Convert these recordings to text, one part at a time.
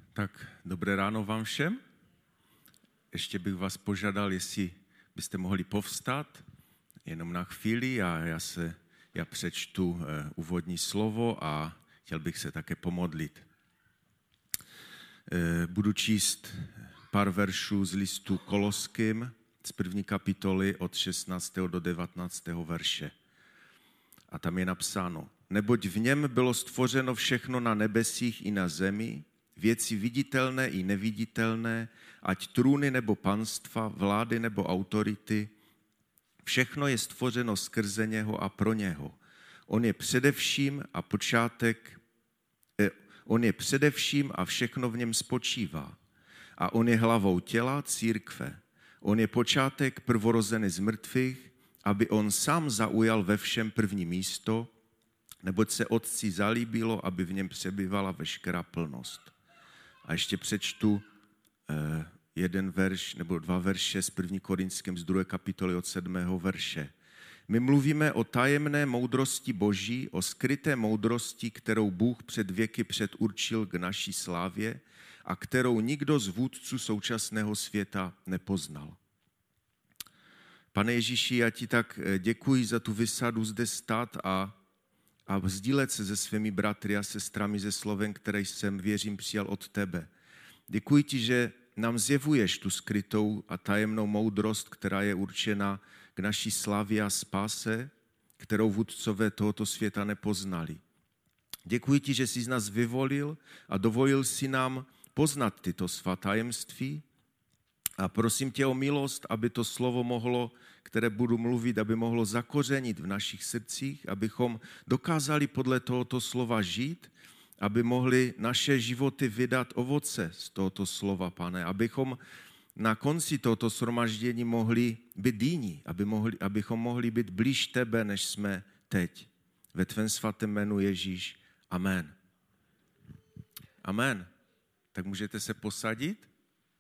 Tak dobré ráno vám všem. Ještě bych vás požádal, jestli byste mohli povstat, jenom na chvíli a já přečtu úvodní slovo a chtěl bych se také pomodlit. Budu číst pár veršů z listu Koloským z 1. kapitoly od 16. do 19. verše. A tam je napsáno: Neboť v něm bylo stvořeno všechno na nebesích i na zemi, věci viditelné i neviditelné, ať trůny nebo panstva, vlády nebo autority, všechno je stvořeno skrze něho a pro něho. On je především a všechno v něm spočívá. A on je hlavou těla, církve. On je počátek prvorozený z mrtvých, aby on sám zaujal ve všem první místo, neboť se Otci zalíbilo, aby v něm přebývala veškerá plnost. A ještě přečtu jeden verš nebo dva verše z 1. Korinským z 2. kapitoly od 7. verše. My mluvíme o tajemné moudrosti Boží, o skryté moudrosti, kterou Bůh před věky předurčil k naší slávě a kterou nikdo z vůdců současného světa nepoznal. Pane Ježíši, já ti tak děkuji za tu vysadu zde stát a sdílet se se svými bratry a sestrami ze Sloven, které jsem, věřím, přijal od tebe. Děkuji ti, že nám zjevuješ tu skrytou a tajemnou moudrost, která je určena k naší slavě a spáse, kterou vůdcové tohoto světa nepoznali. Děkuji ti, že jsi z nás vyvolil a dovolil si nám poznat tyto svá tajemství a prosím tě o milost, aby to slovo které budu mluvit, aby mohlo zakořenit v našich srdcích, abychom dokázali podle tohoto slova žít, aby mohly naše životy vydat ovoce z tohoto slova, Pane, abychom na konci tohoto shromaždění mohli být jiní, abychom mohli být blíž tebe, než jsme teď. Ve tvém svatém jménu Ježíš. Amen. Amen. Tak můžete se posadit?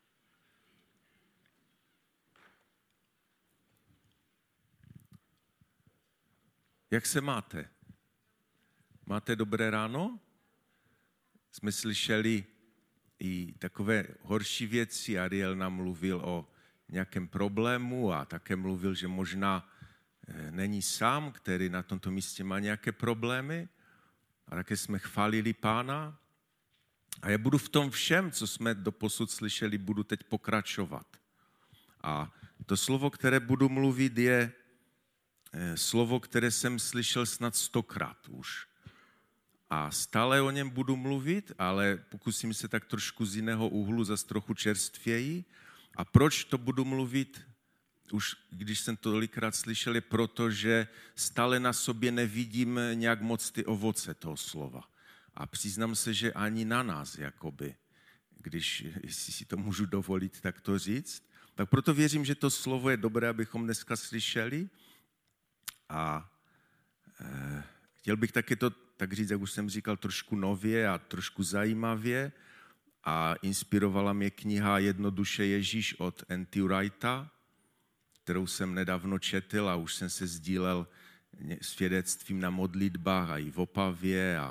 Jak se máte? Máte dobré ráno? Jsme slyšeli i takové horší věci. Ariel nám mluvil o nějakém problému a také mluvil, že možná není sám, který na tomto místě má nějaké problémy. A také jsme chválili Pána. A já budu v tom všem, co jsme doposud slyšeli, budu teď pokračovat. A to slovo, které budu mluvit, je slovo, které jsem slyšel snad 100krát už. A stále o něm budu mluvit, ale pokusím se tak trošku z jiného úhlu, zase trochu čerstvěji. A proč to budu mluvit, už když jsem to tolikrát slyšel, je proto, že stále na sobě nevidím nějak moc ty ovoce toho slova. A přiznám se, že ani na nás, jakoby, jestli si to můžu dovolit tak to říct. Tak proto věřím, že to slovo je dobré, abychom dneska slyšeli. A chtěl bych taky to, tak říct, jak už jsem říkal, trošku nově a trošku zajímavě. A inspirovala mě kniha Jednoduše Ježíš od N.T. Wrighta, kterou jsem nedávno četl a už jsem se sdílel svědectvím na modlitbách a i v Opavě.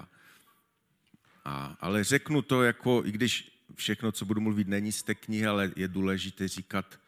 Ale řeknu to jako, i když všechno, co budu mluvit, není z té knihy, ale je důležité říkat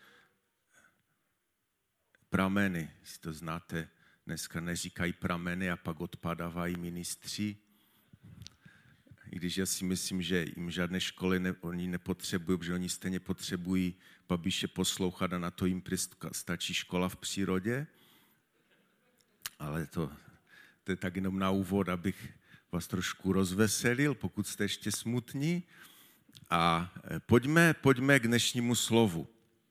prameny, jestli to znáte. Dneska neříkají prameny a pak odpadávají ministři. I když já si myslím, že jim žádné školy oni nepotřebují, protože oni stejně potřebují babiše poslouchat a na to jim stačí škola v přírodě. Ale to je tak jenom na úvod, abych vás trošku rozveselil, pokud jste ještě smutní. A pojďme k dnešnímu slovu.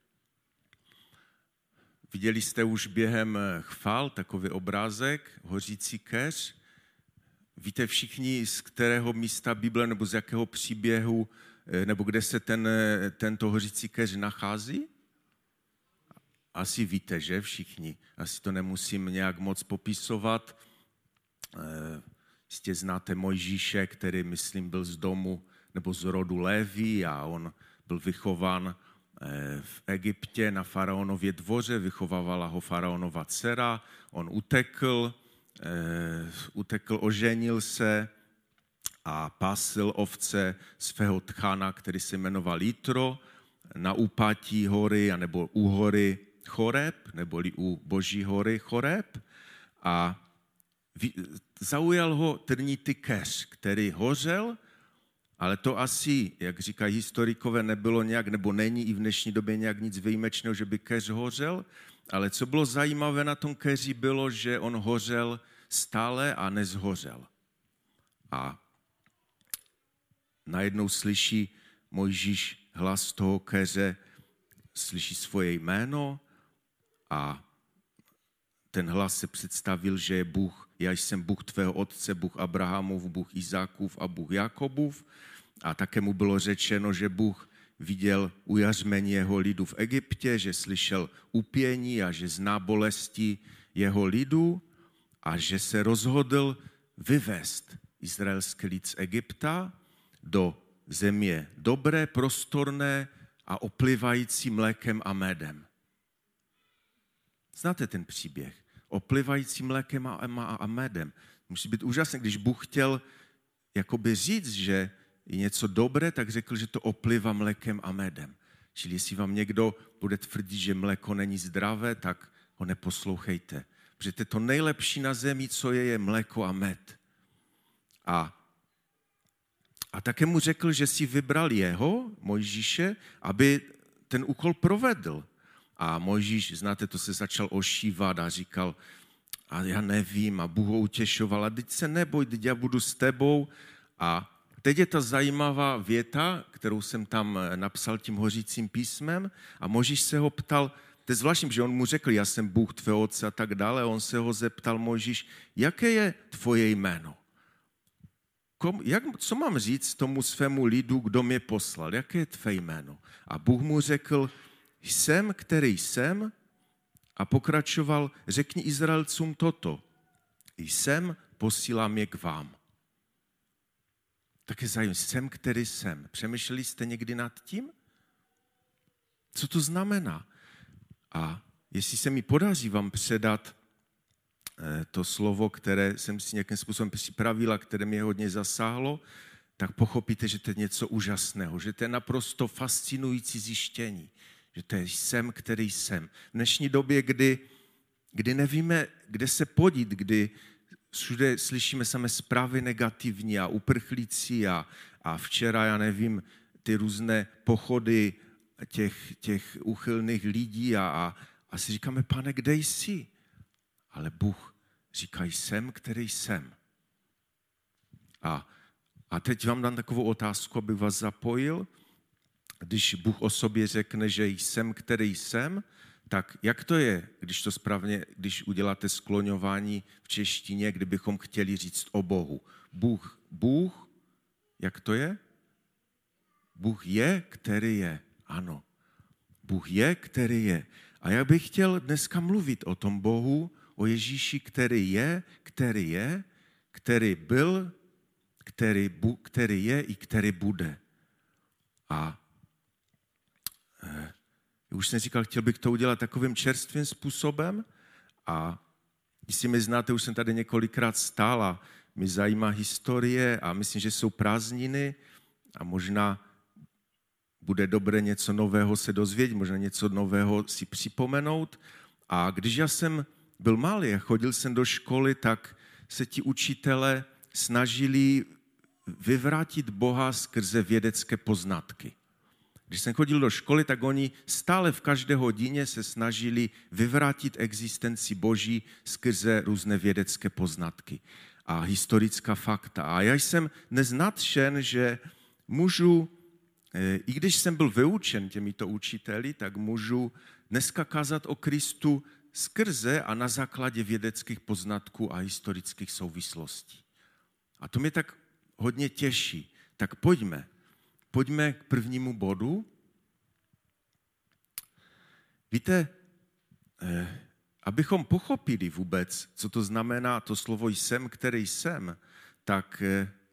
Viděli jste už během chvál takový obrázek, hořící keř. Víte všichni, z kterého místa Bible nebo z jakého příběhu, nebo kde se tento hořící keř nachází? Asi víte, že všichni? Asi to nemusím nějak moc popisovat. Jistě znáte Mojžíše, který, myslím, byl z domu nebo z rodu Léví a on byl vychován v Egyptě na faraonově dvoře, vychovávala ho faraonova dcera, on utekl, oženil se a pásil ovce svého tchana, který se jmenoval Jitro, na úpatí hory, anebo u hory Choreb, neboli u Boží hory Choreb. A zaujal ho trnitý keř, který hořel, ale to asi, jak říkají historikové, nebylo nějak, nebo není i v dnešní době nějak nic výjimečného, že by keř hořel, ale co bylo zajímavé na tom keři bylo, že on hořel stále a nezhořel. A najednou slyší Mojžíš hlas toho keře, slyší svoje jméno a ten hlas se představil, že je Bůh, já jsem Bůh tvého otce, Bůh Abrahamův, Bůh Izákův a Bůh Jakobův. A také mu bylo řečeno, že Bůh viděl ujařmení jeho lidu v Egyptě, že slyšel upění a že zná bolesti jeho lidu a že se rozhodl vyvést izraelský lid z Egypta do země dobré, prostorné a oplivající mlékem a medem. Znáte ten příběh? Oplivající mlékem a medem. Musí být úžasné, když Bůh chtěl jakoby říct, že je něco dobré, tak řekl, že to oplivá mlékem a medem. Čili jestli vám někdo bude tvrdit, že mléko není zdravé, tak ho neposlouchejte. Protože to nejlepší na zemi, co je mléko a med. A také mu řekl, že si vybral jeho, Mojžíše, aby ten úkol provedl. A Mojžíš, znáte, to se začal ošívat a říkal, a já nevím, a Bůh ho utěšoval, a teď se neboj, teď já budu s tebou. A teď je ta zajímavá věta, kterou jsem tam napsal tím hořícím písmem, a Mojžíš se ho ptal, to je zvláštní, že on mu řekl, já jsem Bůh tvého otce a tak dále, a on se ho zeptal Mojžíš, jaké je tvoje jméno? Co mám říct tomu svému lidu, kdo mě poslal? Jaké je tvé jméno? A Bůh mu řekl, jsem, který jsem, a pokračoval, řekni Izraelcům toto, jsem, posílám je k vám. Tak je zajímavé, jsem, který jsem. Přemýšleli jste někdy nad tím? Co to znamená? A jestli se mi podaří vám předat to slovo, které jsem si nějakým způsobem připravil a které mě hodně zasáhlo, tak pochopíte, že to je něco úžasného, že to je naprosto fascinující zjištění, že to je jsem, který jsem. V dnešní době, kdy nevíme, kde se podít, kdy všude slyšíme samé zprávy negativní a uprchlíci a včera, já nevím, ty různé pochody těch úchylných lidí a si říkáme, Pane, kde jsi? Ale Bůh říká, jsem, který jsem. A teď vám dám takovou otázku, abych vás zapojil. Když Bůh o sobě řekne, že jsem, který jsem, tak jak to je, když to správně, když uděláte skloňování v češtině, kdybychom chtěli říct o Bohu? Bůh, jak to je? Bůh je, který je. Ano. Bůh je, který je. A já bych chtěl dneska mluvit o tom Bohu, o Ježíši, který je, který byl, který je i který bude. A už jsem říkal, chtěl bych to udělat takovým čerstvým způsobem a jestli mě znáte, už jsem tady několikrát stál a mě zajímá historie a myslím, že jsou prázdniny a možná bude dobré něco nového se dozvědět, možná něco nového si připomenout. A když já jsem byl malý a chodil jsem do školy, tak se ti učitelé snažili vyvrátit Boha skrze vědecké poznatky. Když jsem chodil do školy, tak oni stále v každé hodině se snažili vyvrátit existenci Boží skrze různé vědecké poznatky a historická fakta. A já jsem dnes nadšen, že můžu, i když jsem byl vyučen těmito učiteli, tak můžu dneska kázat o Kristu skrze a na základě vědeckých poznatků a historických souvislostí. A to mě tak hodně těší. Tak pojďme k prvnímu bodu. Víte, abychom pochopili vůbec, co to znamená to slovo jsem, který jsem, tak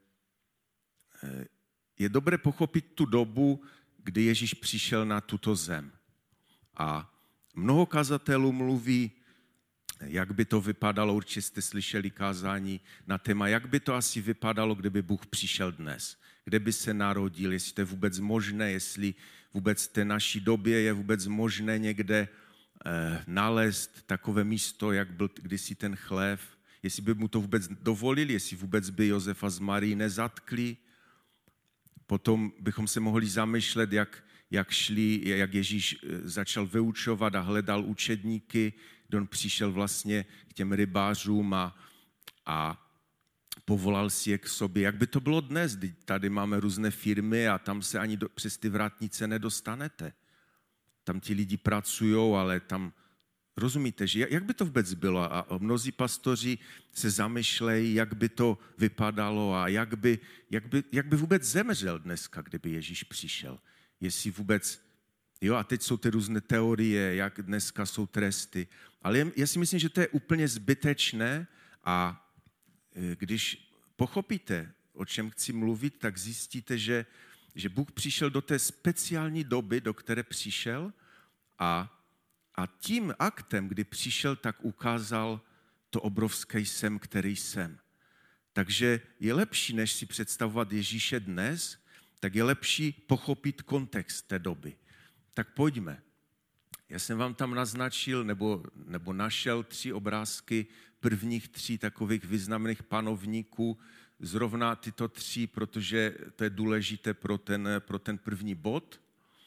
je dobré pochopit tu dobu, kdy Ježíš přišel na tuto zem. A mnoho kazatelů mluví jak by to vypadalo, určitě jste slyšeli kázání na téma, jak by to asi vypadalo, kdyby Bůh přišel dnes, kde by se narodil, jestli to je vůbec možné, jestli vůbec v té naší době je vůbec možné někde nalézt takové místo, jak byl kdysi ten chlév, jestli by mu to vůbec dovolili, jestli vůbec by Josefa z Marii nezatkli. Potom bychom se mohli zamýšlet, jak Ježíš začal vyučovat a hledal učedníky, kdy on přišel vlastně k těm rybářům a povolal si je k sobě. Jak by to bylo dnes, kdy tady máme různé firmy a tam se ani přes ty vrátnice nedostanete. Tam ti lidi pracují, ale tam, rozumíte, že jak by to vůbec bylo? A mnozí pastoři se zamýšlejí, jak by to vypadalo a jak by vůbec zemřel dneska, kdyby Ježíš přišel. Jestli vůbec, a teď jsou ty různé teorie, jak dneska jsou tresty, ale já si myslím, že to je úplně zbytečné a když pochopíte, o čem chci mluvit, tak zjistíte, že Bůh přišel do té speciální doby, do které přišel a tím aktem, kdy přišel, tak ukázal to obrovské jsem, který jsem. Takže je lepší, než si představovat Ježíše dnes, tak je lepší pochopit kontext té doby. Tak pojďme. Já jsem vám tam naznačil nebo našel 3 obrázky prvních 3 takových významných panovníků, zrovna tyto 3, protože to je důležité pro ten první bod.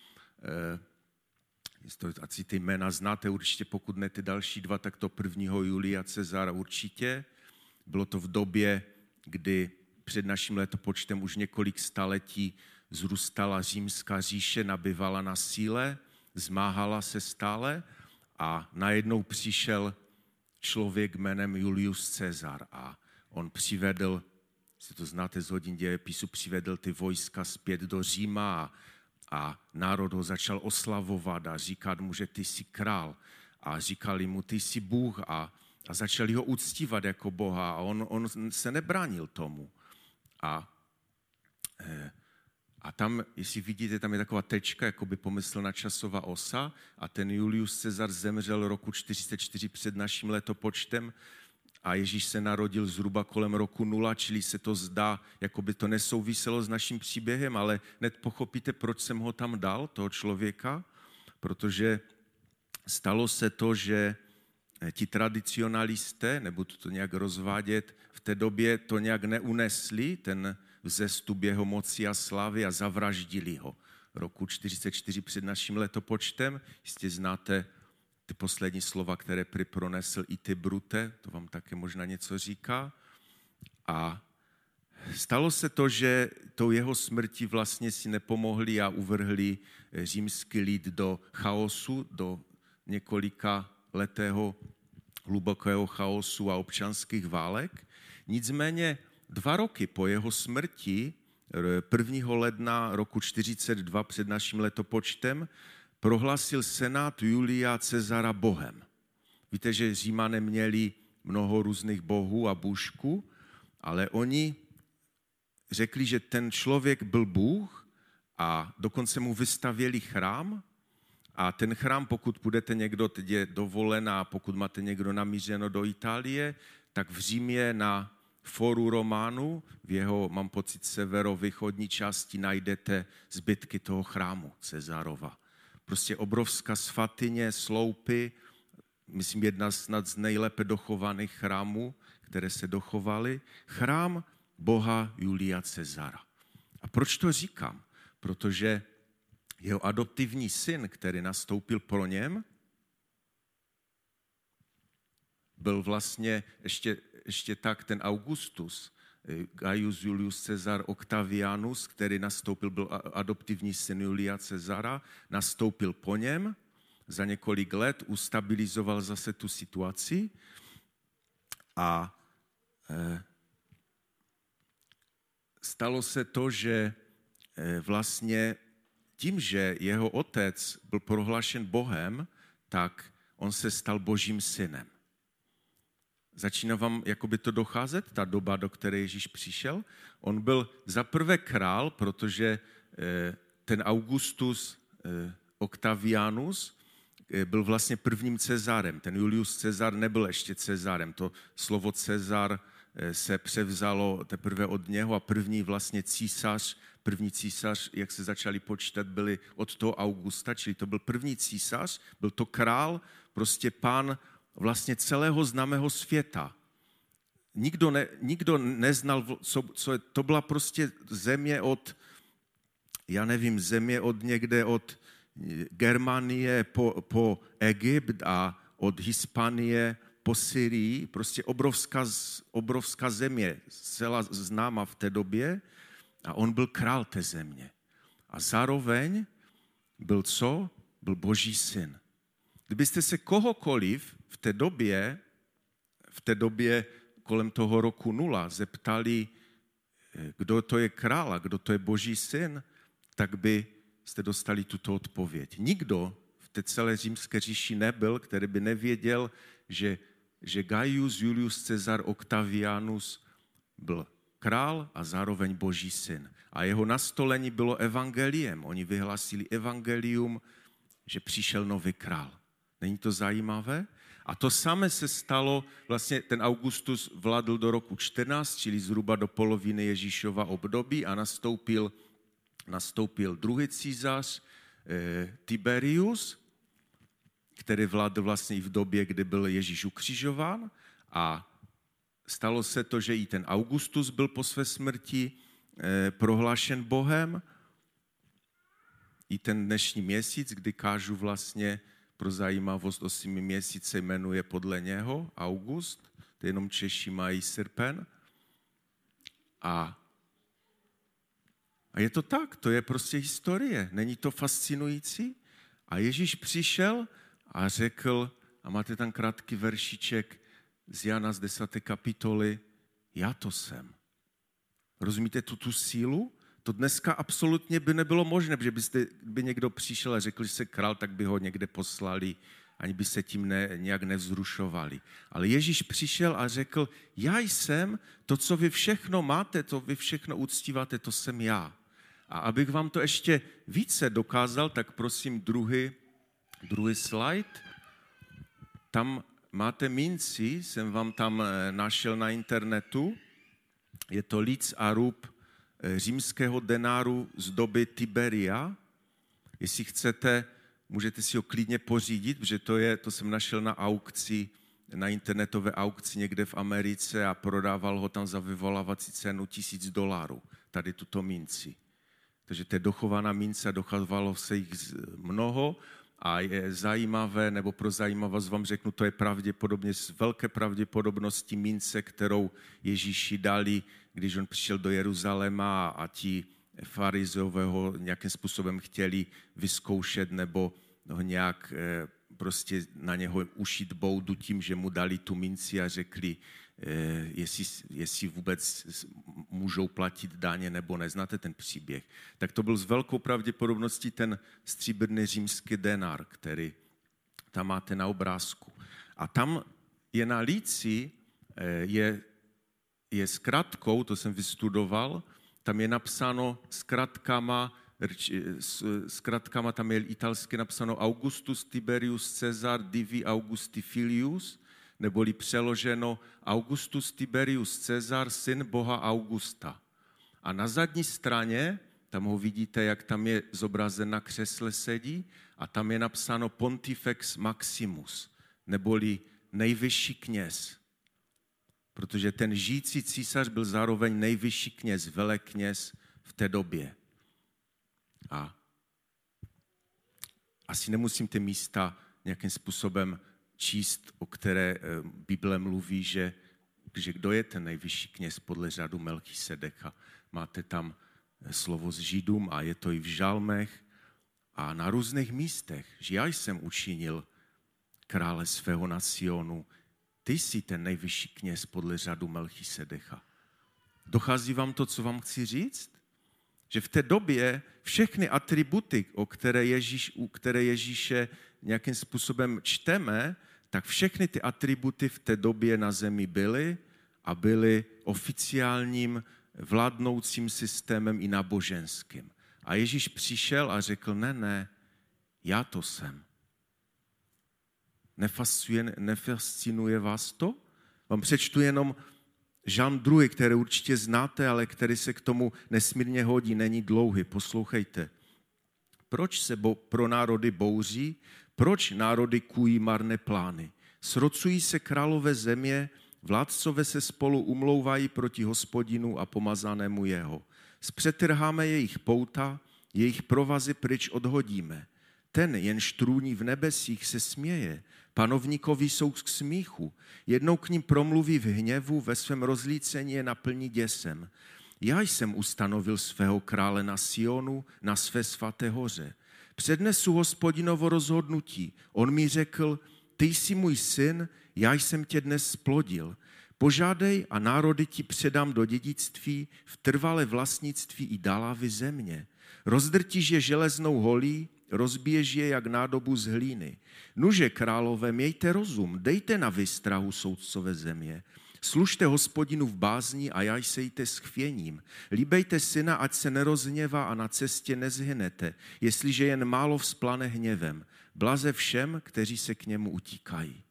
Asi ty jména znáte určitě, pokud ne ty další 2, tak to 1. Julia Cezara určitě. Bylo to v době, kdy před naším letopočtem už několik staletí zrůstala římská říše, nabyvala na síle, zmáhala se stále a najednou přišel člověk jménem Julius Cezar a on přivedl, si to znáte z hodin dějepisu, přivedl ty vojska zpět do Říma a národ ho začal oslavovat a říkat mu, že ty jsi král a říkali mu, ty jsi Bůh a začali ho uctívat jako Boha a on se nebránil tomu. A tam, jestli vidíte, tam je taková tečka, jako by pomyslná časová osa a ten Julius Cezar zemřel roku 44 před naším letopočtem a Ježíš se narodil zhruba kolem roku 0, čili se to zdá, jako by to nesouviselo s naším příběhem, ale hned pochopíte, proč jsem ho tam dal, toho člověka, protože stalo se to, že ti tradicionalisté, nebudu to nějak rozvádět, v té době to nějak neunesli, ten vzestup jeho moci a slávy a zavraždili ho. Roku 44 před naším letopočtem, jistě znáte ty poslední slova, které pronesl i ty Brute, to vám také možná něco říká. A stalo se to, že tou jeho smrti vlastně si nepomohli a uvrhli římský lid do chaosu, do několika letého hlubokého chaosu a občanských válek. Nicméně 2 roky po jeho smrti, 1. ledna roku 42 před naším letopočtem, prohlásil senát Julia Cezara bohem. Víte, že Římané měli mnoho různých bohů a bůžků, ale oni řekli, že ten člověk byl Bůh a dokonce mu vystavěli chrám. A ten chrám, pokud půjdete někdo, teď je dovolená, pokud máte někdo namířeno do Itálie, tak v Římě na Foru Románu, v jeho, mám pocit, severovýchodní části najdete zbytky toho chrámu Cezarova. Prostě obrovská svatyně, sloupy, myslím jedna snad z nejlépe dochovaných chrámů, které se dochovaly. Chrám boha Julia Cezara. A proč to říkám? Protože jeho adoptivní syn, který nastoupil pro něm, byl vlastně ještě tak ten Augustus, Gaius Julius Caesar Octavianus, který nastoupil, byl adoptivní syn Julia Cezara, nastoupil po něm, za několik let ustabilizoval zase tu situaci a stalo se to, že vlastně tím, že jeho otec byl prohlášen Bohem, tak on se stal Božím synem. Začíná vám jakoby to docházet, ta doba, do které Ježíš přišel? On byl zaprvé král, protože ten Augustus Octavianus, byl vlastně prvním Cezarem. Ten Julius Cezar nebyl ještě Cezarem. To slovo Cezar se převzalo teprve od něho a první císař, jak se začali počítat, byli od toho Augusta, čili to byl první císař, byl to král, prostě pán vlastně celého známého světa. Nikdo neznal, co je, to byla prostě země od, někde od Germánie po Egypt a od Hispánie po Syrii, prostě obrovská země, celá známá v té době, a on byl král té země. A zároveň byl co? Byl Boží syn. Kdybyste se kohokoliv v té době kolem toho roku 0 zeptali, kdo to je král a kdo to je Boží syn, tak byste dostali tuto odpověď. Nikdo v té celé římské říši nebyl, který by nevěděl, že Gaius Julius Caesar Octavianus byl král a zároveň Boží syn. A jeho nastolení bylo evangeliem. Oni vyhlásili evangelium, že přišel nový král. Není to zajímavé? A to samé se stalo, vlastně ten Augustus vládl do roku 14, čili zhruba do poloviny Ježíšova období, a nastoupil druhý císař Tiberius, který vládl vlastně i v době, kdy byl Ježíš ukřižován, a stalo se to, že i ten Augustus byl po své smrti prohlášen Bohem. I ten dnešní měsíc, kdy kážu vlastně pro zajímavost 8 měsíce, jmenuje podle něho August, to jenom Češi mají srpen. A je to tak, to je prostě historie, není to fascinující? A Ježíš přišel a řekl, a máte tam krátký veršiček z Jana z 10. kapitoly, já to jsem. Rozumíte tu sílu? To dneska absolutně by nebylo možné, protože by někdo přišel a řekl, že se král, tak by ho někde poslali, ani by se tím nějak nevzrušovali. Ale Ježíš přišel a řekl, já jsem, to, co vy všechno máte, to vy všechno uctíváte, to jsem já. A abych vám to ještě více dokázal, tak prosím druhý slide. Tam máte minci, jsem vám tam našel na internetu. Je to líc a rub římského denáru z doby Tiberia. Jestli chcete, můžete si ho klidně pořídit, protože to jsem našel na aukci, na internetové aukci někde v Americe, a prodával ho tam za vyvolávací cenu $1000, tady tuto minci. Takže to je dochovaná mince a dochovalo se jich mnoho, a je zajímavé, nebo pro zajímavost vám řeknu, to je pravděpodobně z velké pravděpodobnosti mince, kterou Ježíši dali, když on přišel do Jeruzaléma a ti farizeové ho nějakým způsobem chtěli vyzkoušet nebo ho nějak prostě na něho ušít boudu tím, že mu dali tu minci a řekli, jestli vůbec můžou platit daně nebo ne. Znáte ten příběh? Tak to byl s velkou pravděpodobností ten stříbrný římský denár, který tam máte na obrázku. A tam je na líci, je zkratkou, to jsem vystudoval, tam je napsáno zkratkama, tam je italsky napsáno Augustus Tiberius Caesar Divi Augusti Filius, neboli přeloženo Augustus Tiberius Caesar, syn boha Augusta. A na zadní straně, tam ho vidíte, jak tam je zobrazen na křesle sedí, a tam je napsáno Pontifex Maximus, neboli nejvyšší kněz. Protože ten žijící císař byl zároveň nejvyšší kněz, velekněz v té době. A asi nemusím ty místa nějakým způsobem číst, o které Bible mluví, že kdo je ten nejvyšší kněz podle řádu Melchisedeka. Máte tam slovo z Židům a je to i v žalmech a na různých místech, že já jsem učinil krále svého na Sionu. Ty jsi ten nejvyšší kněz podle řádu Melchisedeka. Dochází vám to, co vám chci říct? Že v té době všechny atributy, u které Ježíše nějakým způsobem čteme, tak všechny ty atributy v té době na zemi byly a byly oficiálním vládnoucím systémem i náboženským. A Ježíš přišel a řekl, ne, já to jsem. Nefascinuje vás to? Vám přečtu jenom Žalm 2, který určitě znáte, ale který se k tomu nesmírně hodí, není dlouhý. Poslouchejte. Proč se pro národy bouří? Proč národy kují marné plány? Srocují se králové země, vládcové se spolu umlouvají proti Hospodinu a pomazanému jeho. Zpřetrháme jejich pouta, jejich provazy pryč odhodíme. Ten, jenž trůní v nebesích, se směje. Panovníkovi jsou k smíchu. Jednou k ním promluví v hněvu, ve svém rozlícení je naplní děsem. Já jsem ustanovil svého krále na Sionu, na své svaté hoře. Přednesu Hospodinovo rozhodnutí. On mi řekl, ty jsi můj syn, já jsem tě dnes splodil. Požádej a národy ti předám do dědictví, v trvalé vlastnictví i dálávy země. Rozdrtíš je železnou holí, rozbiješ je jak nádobu z hlíny. Nuže králové, mějte rozum, dejte na vystrahu soudcové země. Služte Hospodinu v bázni a jajsejte s chvěním. Líbejte syna, ať se nerozhněvá a na cestě nezhynete, jestliže jen málo vzplane hněvem. Blaze všem, kteří se k němu utíkají.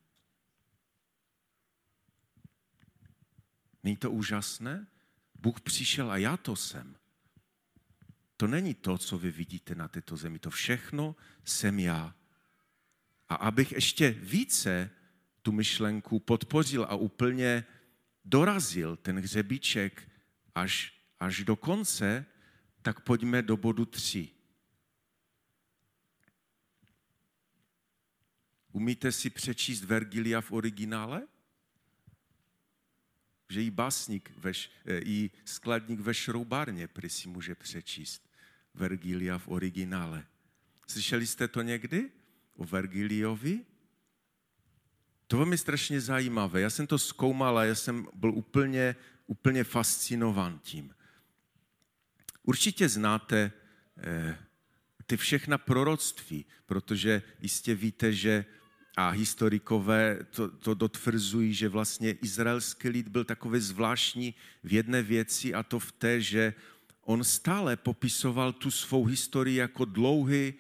Není to úžasné? Bůh přišel a já to jsem. To není to, co vy vidíte na této zemi. To všechno jsem já. A abych ještě více tu myšlenku podpořil a úplně dorazil ten hřebíček až do konce, tak pojďme do bodu 3. Umíte si přečíst Vergilia v originále? Že i básník, i skladník ve šroubárně prý si může přečíst Vergilia v originále. Slyšeli jste to někdy o Vergiliovi? To je strašně zajímavé. Já jsem to zkoumal a já jsem byl úplně fascinován tím. Určitě znáte ty všechna proroctví, protože jistě víte, že a historikové to dotvrzují, že vlastně izraelský lid byl takový zvláštní v jedné věci, a to v té, že on stále popisoval tu svou historii jako dlouhý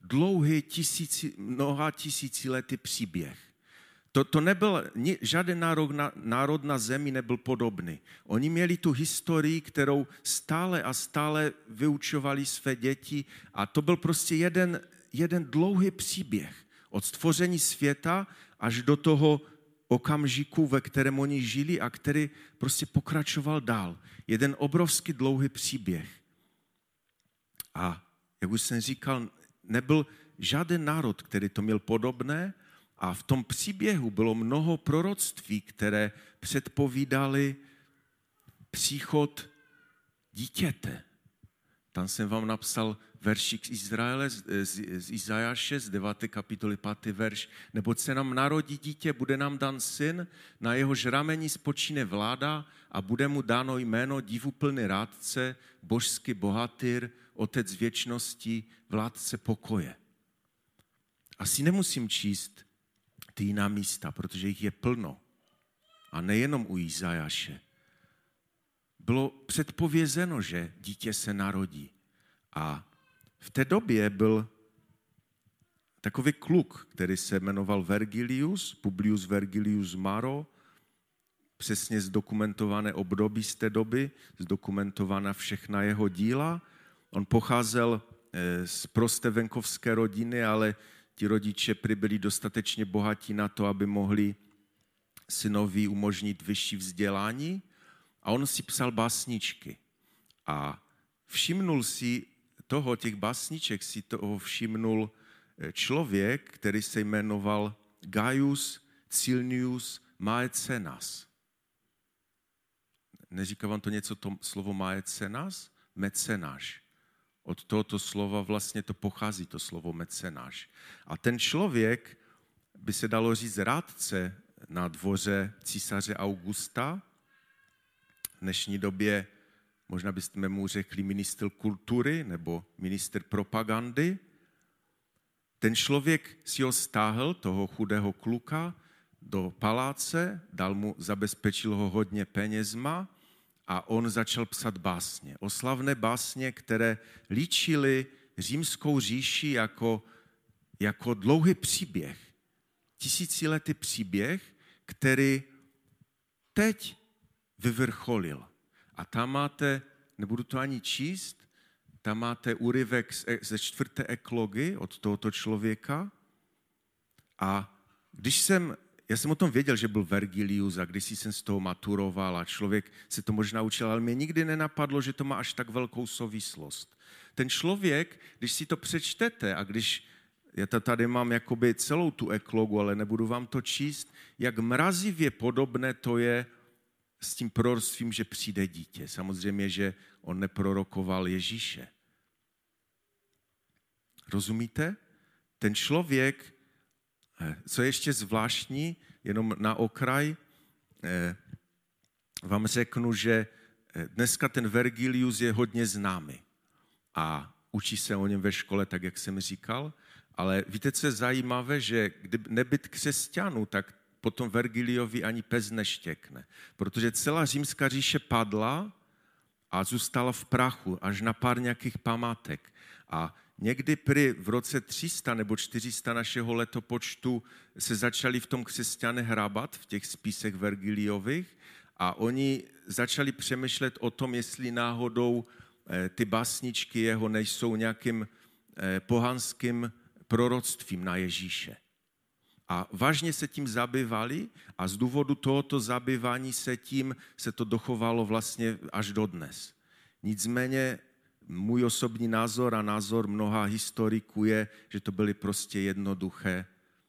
mnoha tisíciletý příběh. To nebyl, žádný národ na zemi nebyl podobný. Oni měli tu historii, kterou stále a stále vyučovali své děti, a to byl prostě jeden dlouhý příběh. Od stvoření světa až do toho okamžiku, ve kterém oni žili a který prostě pokračoval dál. Jeden obrovský dlouhý příběh. A jak už jsem říkal, nebyl žádný národ, který to měl podobné, a v tom příběhu bylo mnoho proroctví, které předpovídaly příchod dítěte. Tam jsem vám napsal veršík z Izraele, z Izajáše, z 9. kapitoly 5. verš. Neboť se nám narodí dítě, bude nám dan syn, na jehož rameni spočíne vláda a bude mu dáno jméno divuplný rádce, božský bohatýr, otec věčnosti, vládce pokoje. Asi nemusím číst ty jiná místa, protože jich je plno. A nejenom u Izajáše. Bylo předpovězeno, že dítě se narodí. A v té době byl takový kluk, který se jmenoval Vergilius, Publius Vergilius Maro, přesně zdokumentované období z té doby, zdokumentovaná všechna jeho díla. On pocházel z prosté venkovské rodiny, ale ti rodiče byli dostatečně bohatí na to, aby mohli synovi umožnit vyšší vzdělání, a on si psal básničky. A všimnul si těch básniček si toho všimnul člověk, který se jmenoval Gaius Cilnius Maecenas. Neříká vám to něco, to slovo Maecenas? Mecenáš. Od tohoto slova vlastně to pochází, to slovo mecenáš. A ten člověk, by se dalo říct rádce na dvoře císaře Augusta, v dnešní době možná byste mu řekli ministr kultury nebo ministr propagandy. Ten člověk si ho stáhl, toho chudého kluka, do paláce, zabezpečil ho hodně penězma a on začal psat básně. Oslavné básně, které líčily římskou říši jako dlouhý příběh. tisíciletý příběh, který teď vyvrcholil. A tam máte, nebudu to ani číst, tam máte úryvek ze 4. eklogy od tohoto člověka. A já jsem o tom věděl, že byl Vergilius a když jsem z toho maturoval a člověk se to možná učil, ale mě nikdy nenapadlo, že to má až tak velkou souvislost. Ten člověk, když si to přečtete a já tady mám jakoby celou tu eklogu, ale nebudu vám to číst, jak mrazivě podobné to je s tím proroctvím, že přijde dítě. Samozřejmě, že on neprorokoval Ježíše. Rozumíte? Ten člověk, co je ještě zvláštní, jenom na okraj, vám řeknu, že dneska ten Vergilius je hodně známý a učí se o něm ve škole, tak jak jsem říkal, ale víte, co je zajímavé, že kdyby nebyt křesťanů, tak potom Vergiliovi ani pes neštěkne, protože celá římská říše padla a zůstala v prachu až na pár nějakých památek. A někdy v roce 300 nebo 400 našeho letopočtu se začali v tom křesťané hrabat v těch spisech Vergiliových a oni začali přemýšlet o tom, jestli náhodou ty básničky jeho nejsou nějakým pohanským proroctvím na Ježíše. A vážně se tím zabývali a z důvodu tohoto zabývání se to dochovalo vlastně až dodnes. Nicméně můj osobní názor a názor mnoha historiků je, že to byly prostě jednoduché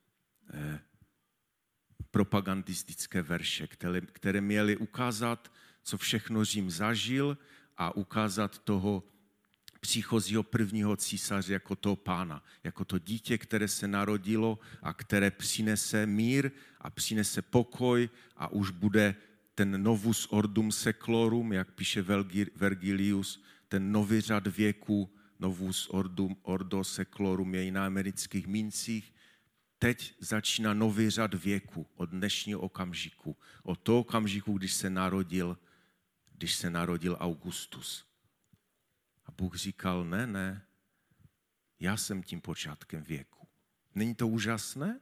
propagandistické verše, které měly ukázat, co všechno Řím zažil a ukázat toho příchozího prvního císaře jako toho pána, jako to dítě, které se narodilo a které přinese mír a přinese pokoj a už bude ten novus ordum seclorum, jak píše Vergilius, ten nový řad věku, novus ordo seclorum je i na amerických mincích. Teď začíná nový řad věku od dnešního okamžiku, od toho okamžiku, když se narodil Augustus. A Bůh říkal, ne, já jsem tím počátkem věku. Není to úžasné?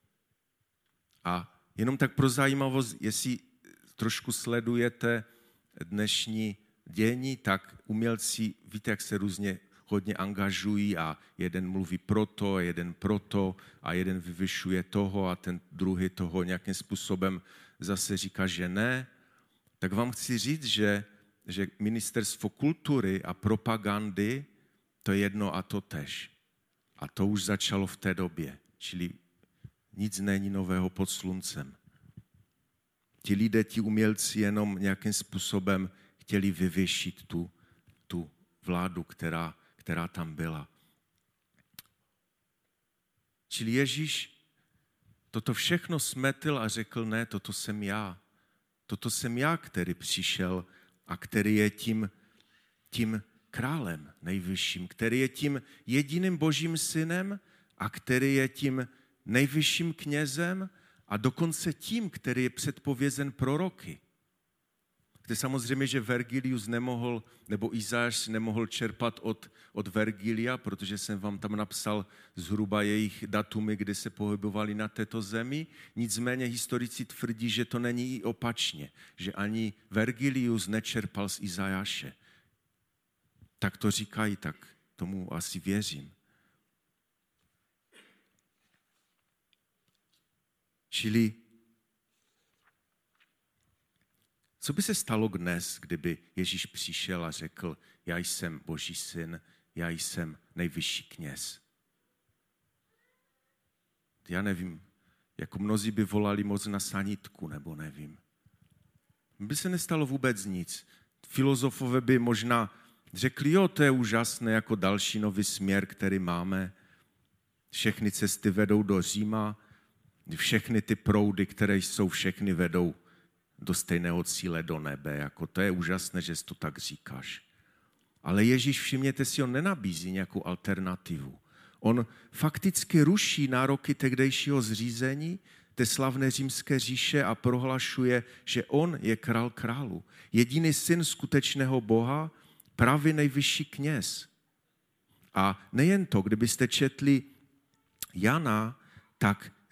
A jenom tak pro zajímavost, jestli trošku sledujete dnešní dění, tak umělci, víte, jak se různě hodně angažují a jeden mluví proto, jeden proto a jeden vyvyšuje toho a ten druhý toho nějakým způsobem zase říká, že ne. Tak vám chci říct, že ministerstvo kultury a propagandy, to je jedno a to tež. A to už začalo v té době. Čili nic není nového pod sluncem. Ti lidé, ti umělci jenom nějakým způsobem chtěli vyvěšit tu vládu, která tam byla. Čili Ježíš toto všechno smetl a řekl, ne, toto jsem já. Toto jsem já, který přišel a který je tím králem nejvyšším, který je tím jediným božím synem a který je tím nejvyšším knězem a dokonce tím, který je předpovězen proroky. Kde samozřejmě, že Vergilius nemohl, nebo Izajáš nemohl čerpat od Vergilia, protože jsem vám tam napsal zhruba jejich datumy, kdy se pohybovali na této zemi. Nicméně historici tvrdí, že to není i opačně, že ani Vergilius nečerpal z Izajáše. Tak to říkají, tak tomu asi věřím. Čili co by se stalo dnes, kdyby Ježíš přišel a řekl, já jsem Boží syn, já jsem nejvyšší kněz? Já nevím, jako mnozí by volali moc na sanitku, nebo nevím. By se nestalo vůbec nic. Filozofové by možná řekli, jo, to je úžasné, jako další nový směr, který máme. Všechny cesty vedou do Říma, všechny ty proudy, které jsou, všechny vedou do stejného cíle, do nebe. Jako to je úžasné, že to tak říkáš. Ale Ježíš, všimněte si, on nenabízí nějakou alternativu. On fakticky ruší nároky tehdejšího zřízení té slavné římské říše a prohlašuje, že on je král králu. Jediný syn skutečného Boha, pravý nejvyšší kněz. A nejen to, kdybyste četli Jana, tak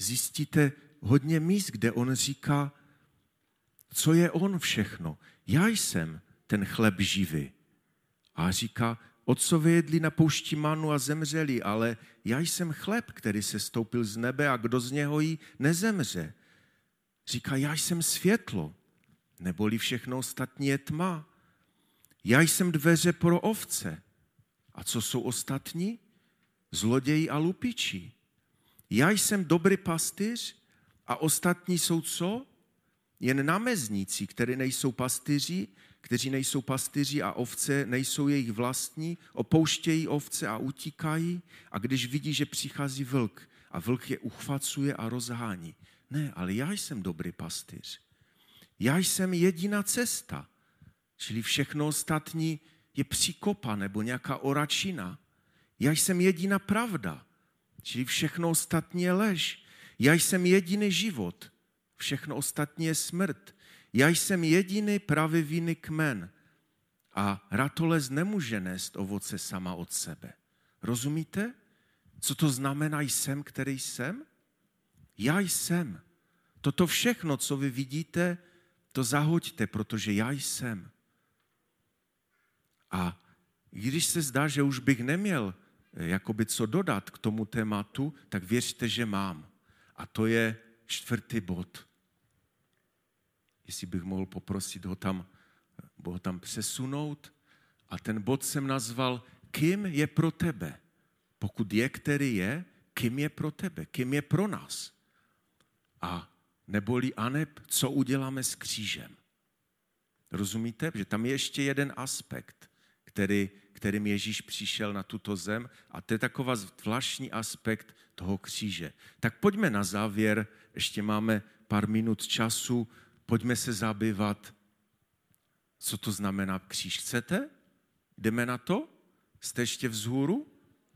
zjistíte hodně míst, kde on říká, co je on všechno. Já jsem ten chleb živý. A říká, otcovi jedli na poušti manu a zemřeli, ale já jsem chleb, který se stoupil z nebe a kdo z něho jí nezemře. Říká, já jsem světlo, neboli všechno ostatní je tma. Já jsem dveře pro ovce. A co jsou ostatní? Zloději a lupiči. Já jsem dobrý pastýř a ostatní jsou co? Jen námezníci, kteří nejsou pastýři a ovce nejsou jejich vlastní, opouštějí ovce a utíkají a když vidí, že přichází vlk a vlk je uchvacuje a rozhání. Ne, ale já jsem dobrý pastýř. Já jsem jediná cesta, čili všechno ostatní je příkopa nebo nějaká oračina. Já jsem jediná pravda, čili všechno ostatní je lež. Já jsem jediný život, všechno ostatní je smrt. Já jsem jediný pravěvinný kmen a ratolest nemůže nést ovoce sama od sebe. Rozumíte? Co to znamená jsem, který jsem? Já jsem. Toto všechno, co vy vidíte, to zahoďte, protože já jsem. A když se zdá, že už bych neměl jakoby co dodat k tomu tématu, tak věřte, že mám. A to je 4. bod. Jestli bych mohl poprosit ho tam přesunout. A ten bod jsem nazval, kým je pro tebe. Pokud je, který je, kým je pro tebe, kým je pro nás. A neboli aneb, co uděláme s křížem. Rozumíte? Že tam je ještě jeden aspekt, kterým Ježíš přišel na tuto zem a to je taková zvláštní aspekt toho kříže. Tak pojďme na závěr, ještě máme pár minut času, pojďme se zabývat, co to znamená kříž. Chcete? Jdeme na to? Jste ještě vzhůru?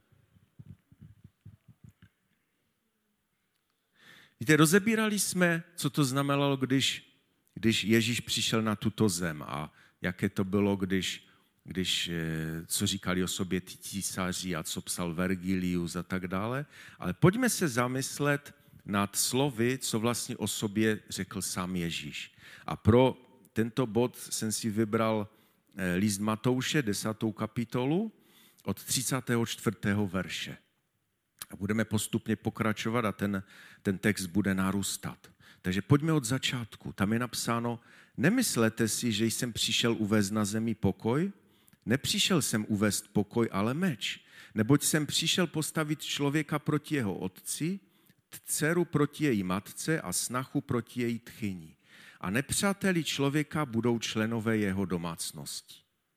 Víte, rozebírali jsme, co to znamenalo, když Ježíš přišel na tuto zem a jaké to bylo, když co říkali o sobě ty císaři a co psal Vergilius a tak dále. Ale pojďme se zamyslet nad slovy, co vlastně o sobě řekl sám Ježíš. A pro tento bod jsem si vybral list Matouše, 10. kapitolu, od 34. verše. A budeme postupně pokračovat a ten text bude narůstat. Takže pojďme od začátku. Tam je napsáno, nemyslete si, že jsem přišel uvést na zemi pokoj? Nepřišel jsem uvést pokoj, ale meč. Neboť jsem přišel postavit člověka proti jeho otci, dceru proti její matce a snachu proti její tchyni. A nepřáteli člověka budou členové jeho domácnosti.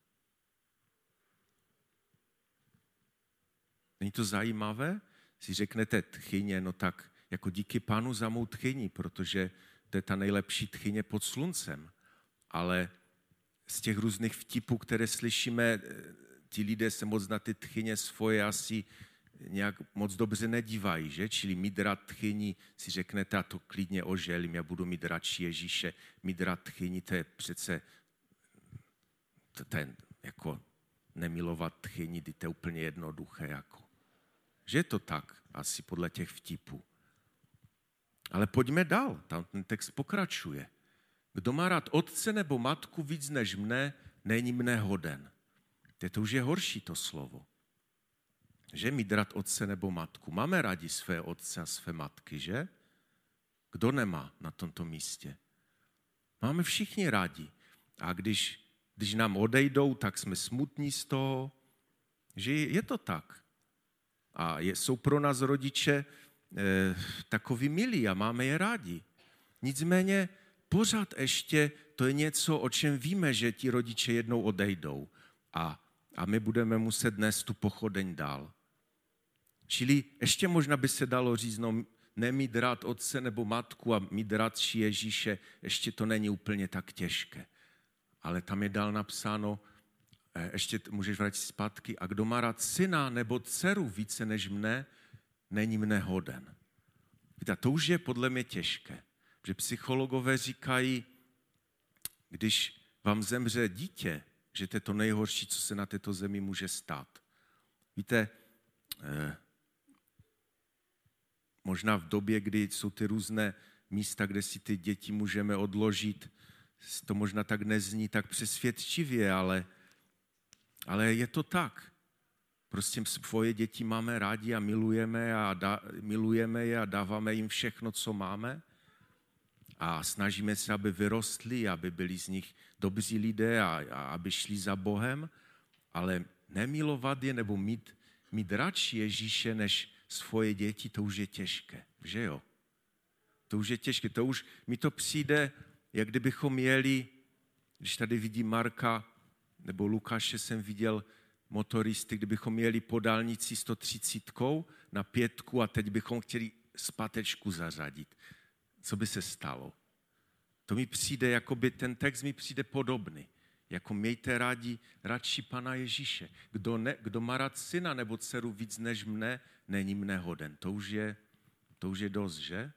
Není to zajímavé? Si řeknete tchyně, no tak jako díky Pánu za mou tchyni, protože to je ta nejlepší tchyně pod sluncem. Ale z těch různých vtipů, které slyšíme, ti lidé se moc na ty tchyně svoje asi nějak moc dobře nedívají, že? Čili mít rád tchyni, si řeknete, a to klidně oželím, já budu mít radši Ježíše, mít rád tchyni, to je přece ten, jako nemilovat tchyni, to je úplně jednoduché, jako. Že je to tak, asi podle těch vtipů. Ale pojďme dál, tam ten text pokračuje. Kdo má rád otce nebo matku víc než mne, není mne hoden. To už je horší to slovo. Že mít rád otce nebo matku. Máme rádi své otce a své matky, že? Kdo nemá na tomto místě? Máme všichni rádi. A když nám odejdou, tak jsme smutní z toho, že je to tak. A jsou pro nás rodiče takový milí a máme je rádi. Nicméně pořád ještě to je něco, o čem víme, že ti rodiče jednou odejdou a my budeme muset nést tu pochodeň dál. Čili ještě možná by se dalo říct, no, nemít rád otce nebo matku a mít radši Ježíše, ještě to není úplně tak těžké. Ale tam je dál napsáno, ještě můžeš vrátit zpátky, a kdo má rád syna nebo dceru více než mne, není mne hoden. Víte, to už je podle mě těžké, že psychologové říkají, když vám zemře dítě, že to je to nejhorší, co se na této zemi může stát. Víte, Možná v době, kdy jsou ty různé místa, kde si ty děti můžeme odložit, to možná tak nezní tak přesvědčivě, ale je to tak. Prostě svoje děti máme rádi a milujeme je a dáváme jim všechno, co máme. A snažíme se, aby vyrostli, aby byli z nich dobří lidé a aby šli za Bohem. Ale nemilovat je nebo mít radši Ježíše než svoje děti, to už je těžké, že jo? To už je těžké, mi to přijde, jak kdybychom jeli, když tady vidím Marka nebo Lukáše jsem viděl motoristy, kdybychom jeli po dálnici 130 na 5 a teď bychom chtěli zpátečku zařadit. Co by se stalo? To mi přijde, jakoby ten text mi přijde podobný. Jako mějte radši Pana Ježíše. Kdo má rád syna nebo dceru víc než mne, není mne hoden. To už je dost, že?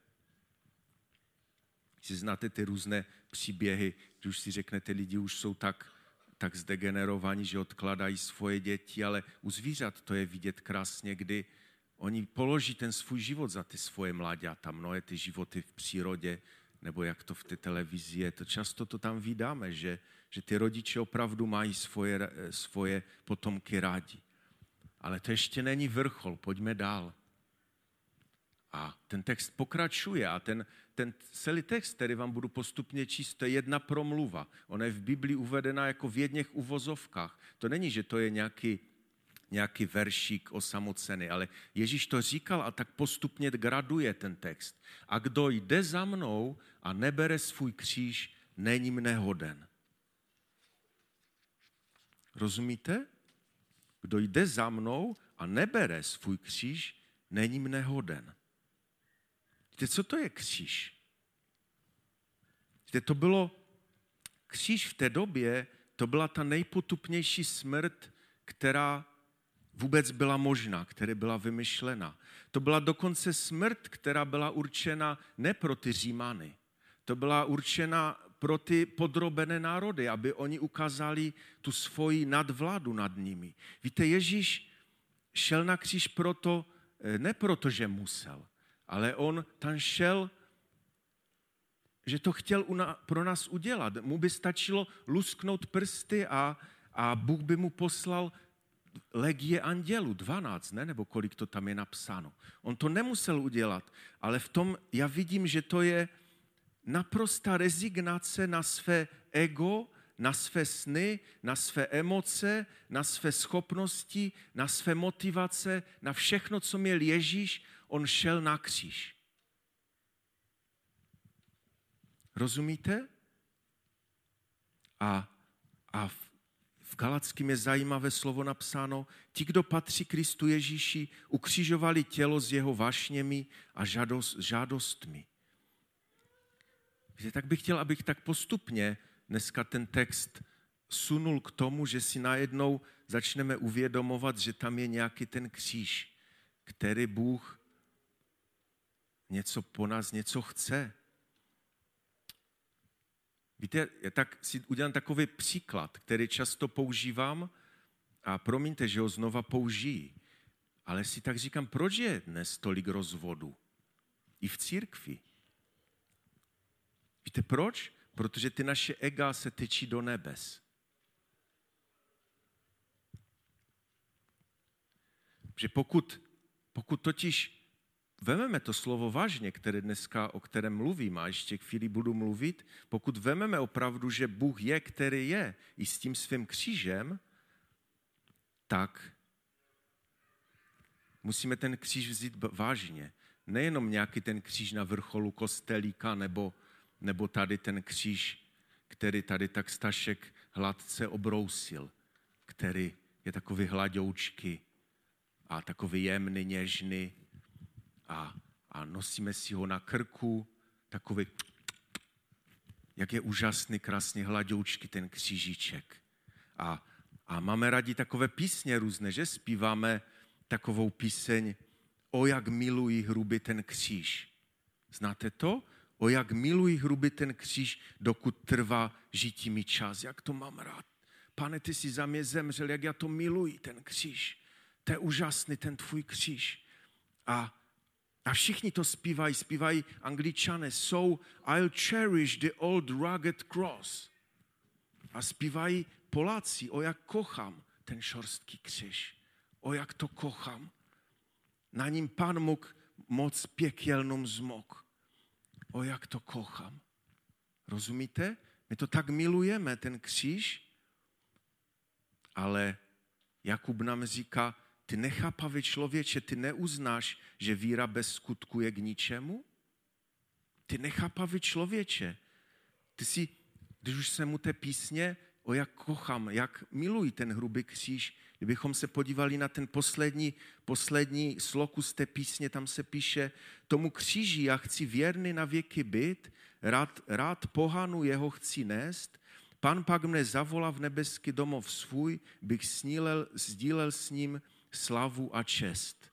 Si znáte ty různé příběhy, když už si řeknete, lidi už jsou tak zdegenerovaní, že odkladají svoje děti, ale u zvířat to je vidět krásně, kdy oni položí ten svůj život za ty svoje mláďata, mnohé ty životy v přírodě, nebo jak to v té televizi je. To často to tam vídáme, že ty rodiče opravdu mají svoje potomky rádi. Ale to ještě není vrchol, pojďme dál. A ten text pokračuje a ten celý text, který vám budu postupně číst, to je jedna promluva. Ona je v Biblii uvedena jako v jedněch uvozovkách. To není, že to je nějaký veršík osamocený, ale Ježíš to říkal a tak postupně graduje ten text. A kdo jde za mnou a nebere svůj kříž, není mne hoden. Rozumíte? Kdo jde za mnou a nebere svůj kříž, není mne hoden. Víte, co to je kříž? Víte, to bylo kříž v té době, to byla ta nejpotupnější smrt, která vůbec byla možná, která byla vymyšlena. To byla dokonce smrt, která byla určena ne pro ty Římany. To byla určena pro ty podrobené národy, aby oni ukázali tu svoji nadvládu nad nimi. Víte, Ježíš šel na kříž ne proto, že musel, ale on tam šel, že to chtěl pro nás udělat. Mu by stačilo lusknout prsty a Bůh by mu poslal legie andělů, 12, ne? Nebo kolik to tam je napsáno. On to nemusel udělat, ale v tom já vidím, že to je naprostá rezignace na své ego, na své sny, na své emoce, na své schopnosti, na své motivace, na všechno, co měl Ježíš, on šel na kříž. Rozumíte? A v Galackým je zajímavé slovo napsáno, ti, kdo patří Kristu Ježíši, ukřižovali tělo s jeho vášněmi a žádostmi. Tak bych chtěl, abych tak postupně dneska ten text sunul k tomu, že si najednou začneme uvědomovat, že tam je nějaký ten kříž, který Bůh po nás něco chce. Víte, já tak si udělám takový příklad, který často používám a promiňte, že ho znova použijí. Ale si tak říkám, proč je dnes tolik rozvodů? I v církvi. Víte proč? Protože ty naše ega se tečí do nebes. Že pokud totiž vememe to slovo vážně, o kterém mluvím a ještě chvíli budu mluvit, pokud vememe opravdu, že Bůh je, který je, i s tím svým křížem, tak musíme ten kříž vzít vážně. Nejenom nějaký ten kříž na vrcholu kostelíka, nebo tady ten kříž, který tady tak Stašek hladce obrousil, který je takový hladoučký a takový jemný, něžný a nosíme si ho na krku, takový, jak je úžasný, krásně hladoučký ten křížiček. A máme rádi takové písně různé, že zpíváme takovou píseň O jak miluji hruby ten kříž. Znáte to? O jak miluji hruby ten kříž, dokud trvá žití mi čas. Jak to mám rád. Pane, ty jsi za mě zemřel, jak já to miluji, ten kříž. To je úžasný, ten tvůj kříž. A všichni to zpívají Angličané. So I'll cherish the old rugged cross. A zpívají Poláci, o jak kochám ten šorstký křiž. O jak to kochám. Na ním Pán mógł moc piekielną zmok. O jak to kochám. Rozumíte? My to tak milujeme, ten kříž, ale Jakub nám říká, ty nechápavý člověče, ty neuznáš, že víra bez skutku je k ničemu? Ty nechápavý člověče, ty si, když už jsem u té písně, o jak kochám, jak miluji ten hrubý kříž, kdybychom se podívali na ten poslední sloku z té písně, tam se píše, tomu kříži já chci věrný na věky být, rád pohanu jeho chci nést, Pán pak mne zavolá v nebeský domov svůj, bych sdílel s ním slavu a čest.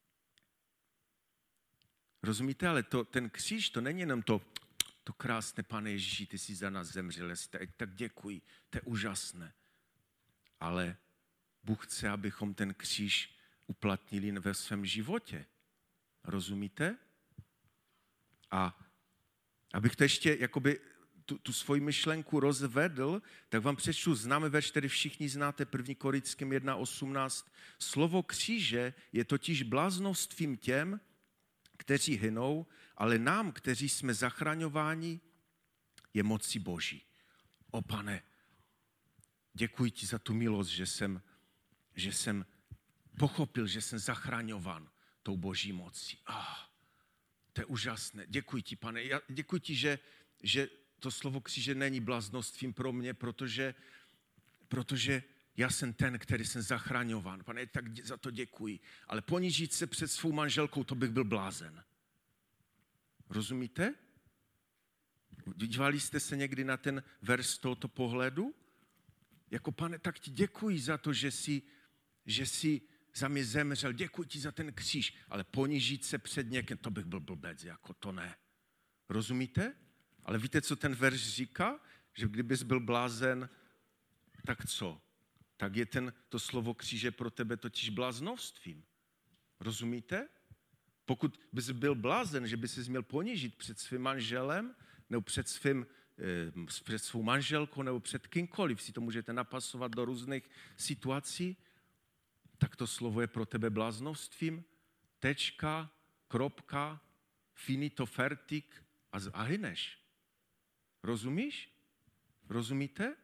Rozumíte, ale ten kříž, to není jenom to krásné, Pane Ježíši, ty jsi za nás zemřel, tak děkuji, to je úžasné. Ale Bůh chce, abychom ten kříž uplatnili ve svém životě. Rozumíte? A abych to ještě jakoby tu svoji myšlenku rozvedl, tak vám přečtu, známe verš, který všichni znáte, 1. Korinským 1.18. Slovo kříže je totiž bláznovstvím těm, kteří hynou, ale nám, kteří jsme zachraňováni, je mocí Boží. O Pane, děkuji ti za tu milost, že jsem pochopil, že jsem zachraňován tou Boží mocí. To je úžasné. Děkuji ti, Pane. Děkuji ti, že to slovo kříže není bláznovstvím pro mě, protože já jsem ten, který jsem zachraňován. Pane, tak za to děkuji. Ale ponížit se před svou manželkou, to bych byl blázen. Rozumíte? Dívali jste se někdy na ten verš z tohoto pohledu? Jako Pane, tak ti děkuji za to, že jsi za mě zemřel. Děkuji ti za ten kříž. Ale ponížit se před někým, to bych byl blbec, jako to ne. Rozumíte? Ale víte, co ten verš říká? Že kdybys byl blázen, tak co? Tak je to slovo kříže pro tebe totiž bláznovstvím. Rozumíte? Pokud bys byl blázen, že by ses měl ponížit před svým manželem, nebo před svou manželkou, nebo před kýmkoliv, si to můžete napasovat do různých situací, tak to slovo je pro tebe bláznovstvím, tečka, kropka, finito, fertik a hyneš. Rozumíš? Rozumíte?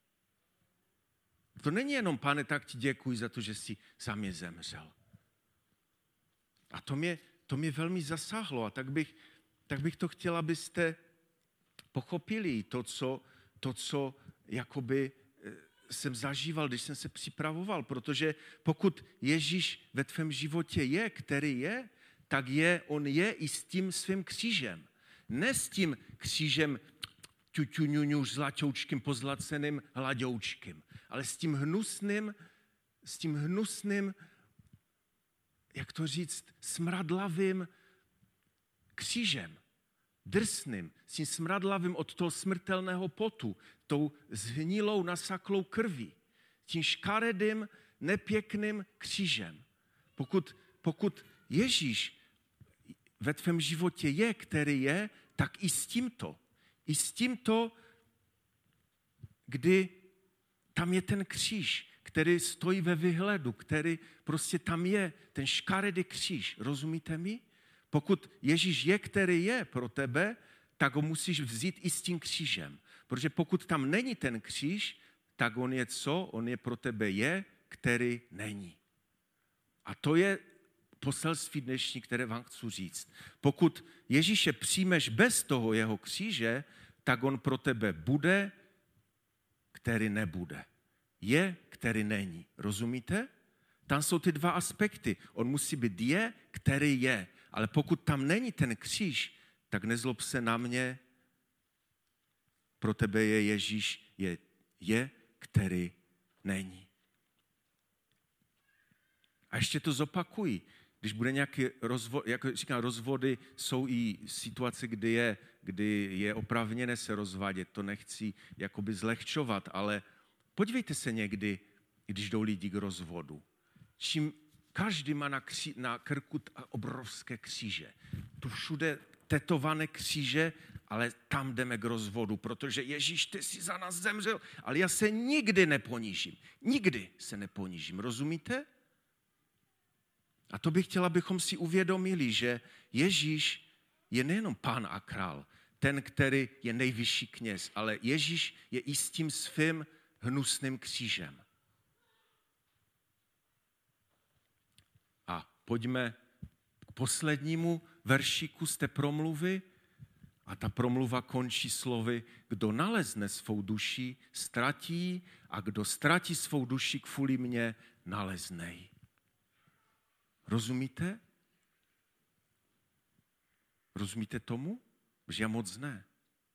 To není jenom, Pane, tak ti děkuji za to, že jsi za mě zemřel. A to mě velmi zasáhlo a tak bych to chtěl, abyste pochopili to, co jakoby jsem zažíval, když jsem se připravoval, protože pokud Ježíš ve tvém životě je, který je, tak on je i s tím svým křížem. Ne s tím křížem ťuťuňuňu zlatoučkým, pozlaceným hladoučkým, ale s tím hnusným, jak to říct, smradlavým křížem, drsným, s tím smradlavým od toho smrtelného potu, tou zhnilou, nasaklou krví, tím škaredým, nepěkným křížem. Pokud Ježíš ve tvém životě je, který je, tak i s tímto, kdy tam je ten kříž, který stojí ve vyhledu, který prostě tam je, ten škaredý kříž, rozumíte mi? Pokud Ježíš je, který je pro tebe, tak ho musíš vzít i s tím křížem. Protože pokud tam není ten kříž, tak on je co? On je pro tebe který není. A to je poselství dnešní, které vám chci říct. Pokud Ježíše přijmeš bez toho jeho kříže, tak on pro tebe bude, který nebude. Je, který není. Rozumíte? Tam jsou ty dva aspekty. On musí být který je. Ale pokud tam není ten kříž, tak nezlob se na mě. Pro tebe je Ježíš, je, který není. A ještě to zopakuji. Když bude nějaký rozvod, jako říkám, rozvody, jsou i situace, kdy je oprávněné se rozvádět. To nechci jakoby zlehčovat, ale podívejte se někdy, když jdou lidi k rozvodu. Čím Každý má na krku obrovské kříže. Tu všude tetované kříže, ale tam jdeme k rozvodu, protože Ježíš, ty jsi za nás zemřel, ale já se nikdy neponížím. Nikdy se neponížím, rozumíte? A to bych chtěla, abychom si uvědomili, že Ježíš je nejenom pán a král, ten, který je nejvyšší kněz, ale Ježíš je i s tím svým hnusným křížem. A pojďme k poslednímu veršíku z té promluvy. A ta promluva končí slovy, kdo nalezne svou duši, ztratí, a kdo ztratí svou duši kvůli mně, nalezne ji. Rozumíte? Rozumíte tomu? Že já moc ne.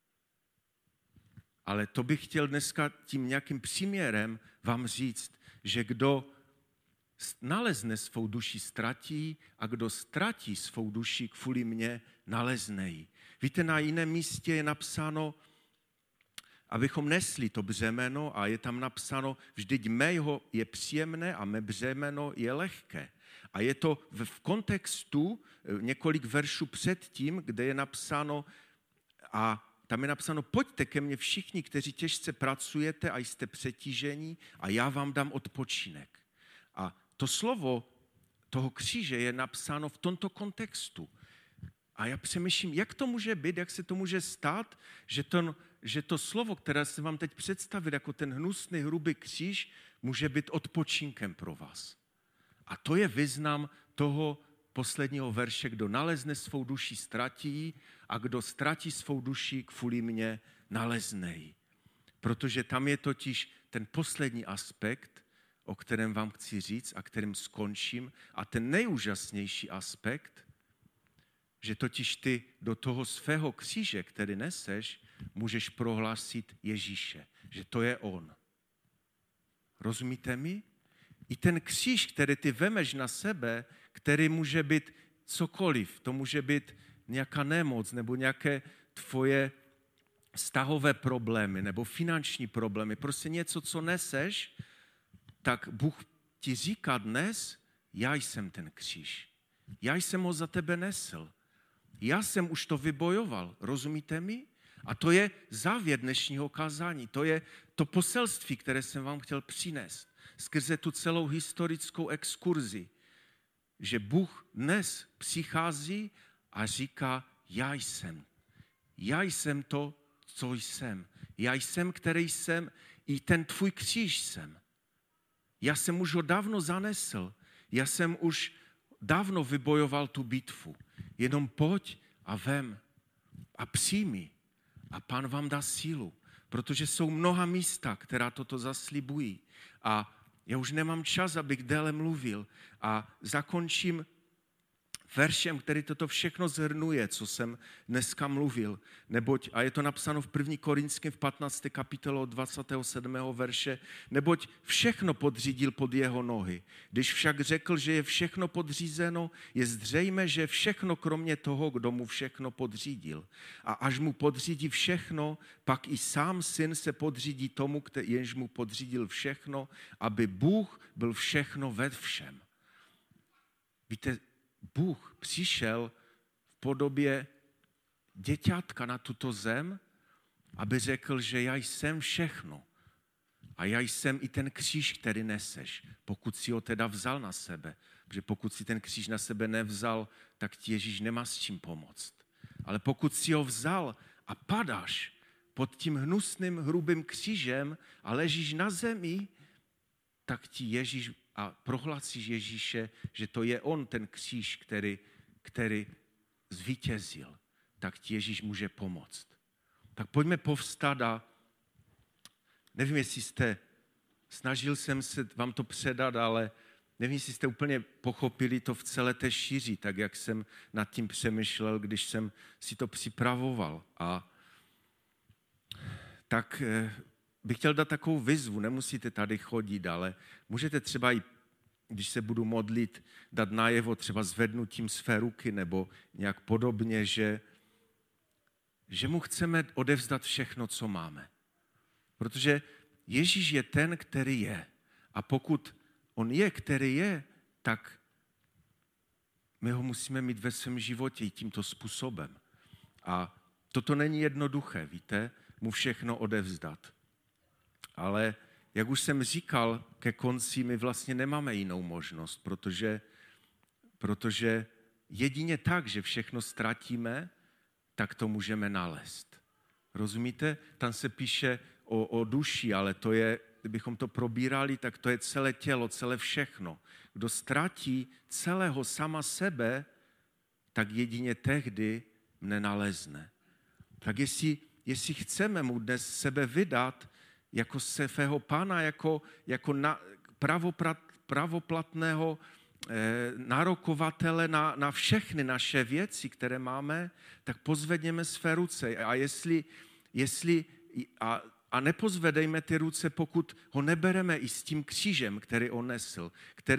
Ale to bych chtěl dneska tím nějakým příměrem vám říct, že kdo nalezne svou duši, ztratí, a kdo ztratí svou duši kvůli mně, nalezne ji. Víte, na jiném místě je napsáno, abychom nesli to břemeno, a je tam napsáno, vždyť mého je příjemné a mé břemeno je lehké. A je to v kontextu několik veršů předtím, kde je napsáno, a tam je napsáno, pojďte ke mně všichni, kteří těžce pracujete a jste přetížení, a já vám dám odpočinek. A to slovo toho kříže je napsáno v tomto kontextu. A já přemýšlím, jak to může být, jak se to může stát, že to slovo, které se vám teď představil jako ten hnusný, hrubý kříž, může být odpočinkem pro vás. A to je význam toho posledního verše, kdo nalezne svou duši, ztratí, a kdo ztratí svou duši kvůli mně, nalezne ji. Protože tam je totiž ten poslední aspekt, o kterém vám chci říct a kterým skončím, a ten nejúžasnější aspekt, že totiž ty do toho svého kříže, který neseš, můžeš prohlásit Ježíše, že to je on. Rozumíte mi? I ten kříž, který ty vemeš na sebe, který může být cokoliv, to může být nějaká nemoc nebo nějaké tvoje vztahové problémy nebo finanční problémy, prostě něco, co neseš, tak Bůh ti říká dnes, já jsem ten kříž. Já jsem ho za tebe nesl. Já jsem už to vybojoval, rozumíte mi? A to je závěr dnešního kázání, to je to poselství, které jsem vám chtěl přinést skrze tu celou historickou exkurzi, že Bůh dnes přichází a říká, já jsem to, co jsem. Já jsem, který jsem, i ten tvůj kříž jsem. Já jsem už ho dávno zanesl, já jsem už dávno vybojoval tu bitvu. Jenom pojď a vem a přijmi a Pán vám dá sílu, protože jsou mnoha místa, která toto zaslibují. A já už nemám čas, abych déle mluvil, a zakončím veršem, který toto všechno zhrnuje, co jsem dneska mluvil. Neboť, a je to napsáno v 1. Korinským v 15. kapitole od 27. verše, neboť všechno podřídil pod jeho nohy. Když však řekl, že je všechno podřízeno, je zřejmé, že všechno kromě toho, kdo mu všechno podřídil. A až mu podřídí všechno, pak i sám syn se podřídí tomu, jenž mu podřídil všechno, aby Bůh byl všechno ve všem. Víte, Bůh přišel v podobě děťátka na tuto zem, aby řekl, že já jsem všechno. A já jsem i ten kříž, který neseš, pokud si ho teda vzal na sebe. Protože pokud si ten kříž na sebe nevzal, tak ti Ježíš nemá s čím pomoct. Ale pokud si ho vzal a padáš pod tím hnusným, hrubým křížem a ležíš na zemi, tak ti Ježíš a prohlásíš Ježíše, že to je on ten kříž, který zvítězil, tak ti Ježíš může pomoct. Tak pojďme povstat a nevím, jestli snažil jsem se vám to předat, ale nevím, jestli jste úplně pochopili to v celé té šíři, tak jak jsem nad tím přemýšlel, když jsem si to připravoval. A tak bych chtěl dát takovou výzvu, nemusíte tady chodit, ale můžete třeba i, když se budu modlit, dát najevo třeba zvednutím své ruky nebo nějak podobně, že mu chceme odevzdat všechno, co máme. Protože Ježíš je ten, který je. A pokud on je, který je, tak my ho musíme mít ve svém životě i tímto způsobem. A toto není jednoduché, víte, mu všechno odevzdat. Ale jak už jsem říkal, ke konci my vlastně nemáme jinou možnost, protože jedině tak, že všechno ztratíme, tak to můžeme nalézt. Rozumíte? Tam se píše o duši, ale to je, kdybychom to probírali, tak to je celé tělo, celé všechno. Kdo ztratí celého sama sebe, tak jedině tehdy mne nalezne. Tak jestli chceme mu dnes sebe vydat jako svého Pána, jako pravoplatného nárokovatele na všechny naše věci, které máme, tak pozvedněme své ruce. A nepozvedejme ty ruce, pokud ho nebereme i s tím křížem, který on nesl,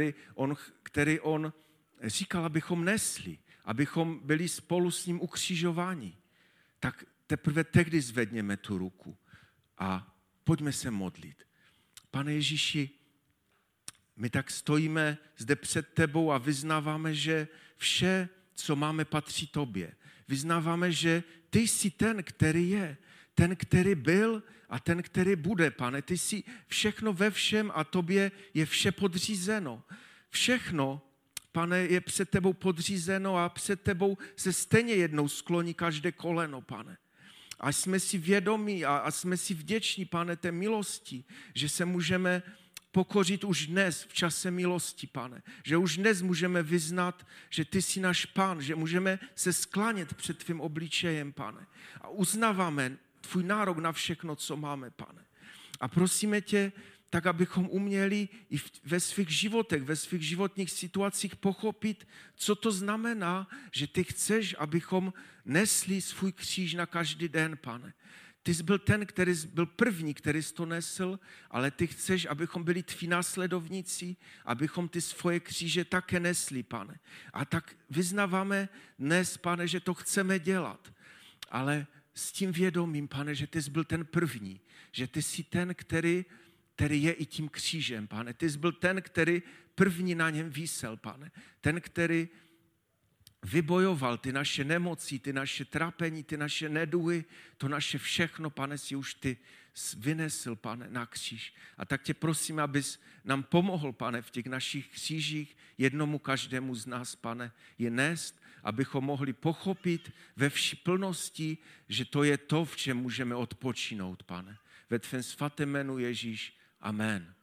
který on říkal, abychom nesli, abychom byli spolu s ním ukřižováni. Tak teprve tehdy zvedněme tu ruku a pojďme se modlit. Pane Ježíši, my tak stojíme zde před tebou a vyznáváme, že vše, co máme, patří tobě. Vyznáváme, že ty jsi ten, který je, ten, který byl a ten, který bude, Pane. Ty jsi všechno ve všem a tobě je vše podřízeno. Všechno, Pane, je před tebou podřízeno a před tebou se stejně jednou skloní každé koleno, Pane. A jsme si vědomí a jsme si vděční, Pane, té milosti, že se můžeme pokořit už dnes v čase milosti, Pane. Že už dnes můžeme vyznat, že ty jsi náš Pán, že můžeme se sklánět před tvým obličejem, Pane. A uznáváme tvůj nárok na všechno, co máme, Pane. A prosíme tě, tak abychom uměli i ve svých životech, ve svých životních situacích pochopit, co to znamená, že ty chceš, abychom nesli svůj kříž na každý den, Pane. Ty jsi byl ten, který byl první, který jsi to nesl, ale ty chceš, abychom byli tví následovníci, abychom ty svoje kříže také nesli, Pane. A tak vyznáváme dnes, Pane, že to chceme dělat, ale s tím vědomím, Pane, že ty jsi byl ten první, že ty jsi ten, který je i tím křížem, Pane. Ty jsi byl ten, který první na něm visel, Pane. Ten, který vybojoval ty naše nemoci, ty naše trápení, ty naše neduhy, to naše všechno, Pane, si už ty vynesl, Pane, na kříž. A tak tě prosím, abys nám pomohl, Pane, v těch našich křížích, jednomu každému z nás, Pane, je nést, abychom mohli pochopit ve vší plnosti, že to je to, v čem můžeme odpočinout, Pane. Ve tvém svatém jménu Ježíš. Amen.